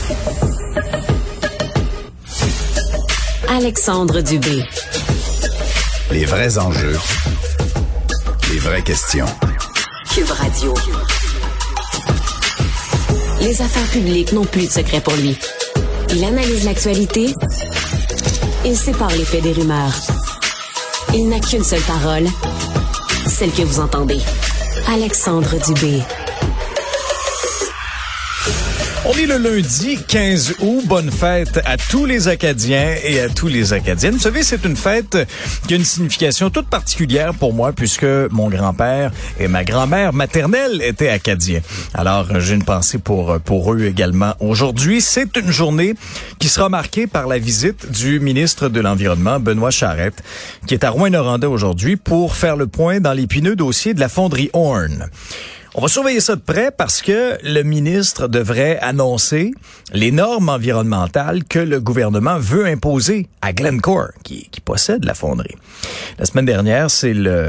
Alexandre Dubé. Les vrais enjeux, les vraies questions. Cube Radio. Les affaires publiques n'ont plus de secret pour lui. Il analyse l'actualité. Il sépare les faits des rumeurs. Il n'a qu'une seule parole, celle que vous entendez. Alexandre Dubé. On est le lundi 15 août. Bonne fête à tous les Acadiens et à tous les Acadiennes. Vous savez, c'est une fête qui a une signification toute particulière pour moi puisque mon grand-père et ma grand-mère maternelle étaient Acadiens. Alors, j'ai une pensée pour eux également. Aujourd'hui, c'est une journée qui sera marquée par la visite du ministre de l'Environnement, Benoît Charette, qui est à Rouyn-Noranda aujourd'hui pour faire le point dans l'épineux dossier de la fonderie Horn. On va surveiller ça de près parce que le ministre devrait annoncer les normes environnementales que le gouvernement veut imposer à Glencore, qui possède la fonderie. La semaine dernière, c'est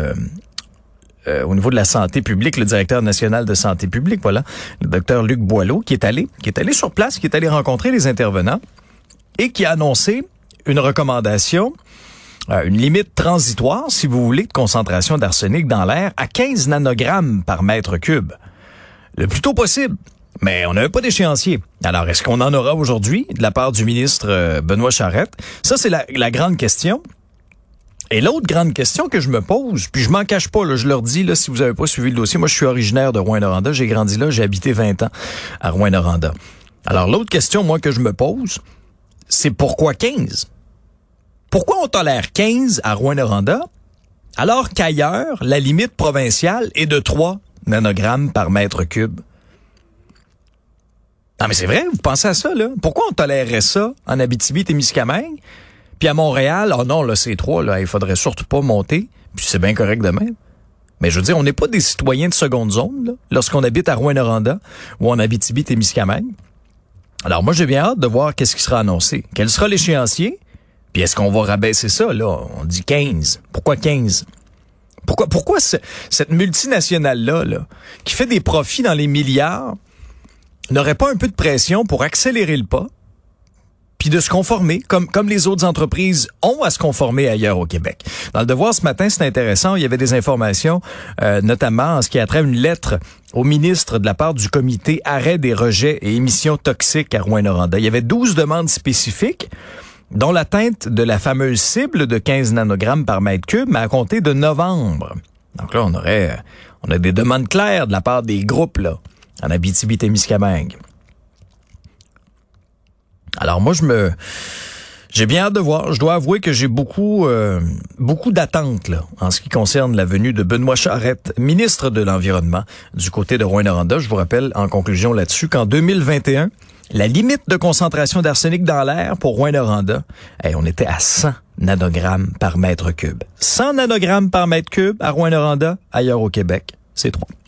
au niveau de la santé publique, le directeur national de santé publique, le docteur Luc Boileau, qui est allé sur place, qui est allé rencontrer les intervenants et qui a annoncé une recommandation, une limite transitoire, si vous voulez, de concentration d'arsenic dans l'air à 15 nanogrammes par mètre cube. Le plus tôt possible. Mais on n'avait pas d'échéancier. Alors, est-ce qu'on en aura aujourd'hui de la part du ministre Benoît Charette? Ça, c'est la grande question. Et l'autre grande question que je me pose, puis je m'en cache pas, là, je leur dis, là, si vous avez pas suivi le dossier, moi, je suis originaire de Rouyn-Noranda, j'ai grandi là, j'ai habité 20 ans à Rouyn-Noranda. Alors, l'autre question, moi, que je me pose, c'est pourquoi 15? Pourquoi on tolère 15 à Rouyn-Noranda, alors qu'ailleurs, la limite provinciale est de 3 nanogrammes par mètre cube? Non, mais c'est vrai, vous pensez à ça, là? Pourquoi on tolérerait ça en Abitibi-Témiscamingue? Puis à Montréal, oh non, là, c'est 3, là, il faudrait surtout pas monter. Puis c'est bien correct de même. Mais je veux dire, on n'est pas des citoyens de seconde zone, là, lorsqu'on habite à Rouyn-Noranda ou en Abitibi-Témiscamingue. Alors moi, j'ai bien hâte de voir qu'est-ce qui sera annoncé. Quel sera l'échéancier? Puis est-ce qu'on va rabaisser ça, là? On dit 15. Pourquoi 15? Pourquoi cette multinationale-là, là, qui fait des profits dans les milliards, n'aurait pas un peu de pression pour accélérer le pas, puis de se conformer, comme les autres entreprises ont à se conformer ailleurs au Québec? Dans le Devoir ce matin, c'est intéressant, il y avait des informations, notamment en ce qui a trait à une lettre au ministre de la part du comité Arrêt des rejets et émissions toxiques à Rouyn-Noranda. Il y avait 12 demandes spécifiques, dont l'atteinte de la fameuse cible de 15 nanogrammes par mètre cube, mais à compter de novembre. Donc là, on a des demandes claires de la part des groupes, là, en Abitibi-Témiscamingue. Alors moi, j'ai bien hâte de voir. Je dois avouer que j'ai beaucoup d'attentes, là, en ce qui concerne la venue de Benoît Charette, ministre de l'Environnement, du côté de Rouyn-Noranda. Je vous rappelle, en conclusion là-dessus, qu'en 2021, la limite de concentration d'arsenic dans l'air pour Rouyn-Noranda, on était à 100 nanogrammes par mètre cube. 100 nanogrammes par mètre cube à Rouyn-Noranda, ailleurs au Québec, c'est 3.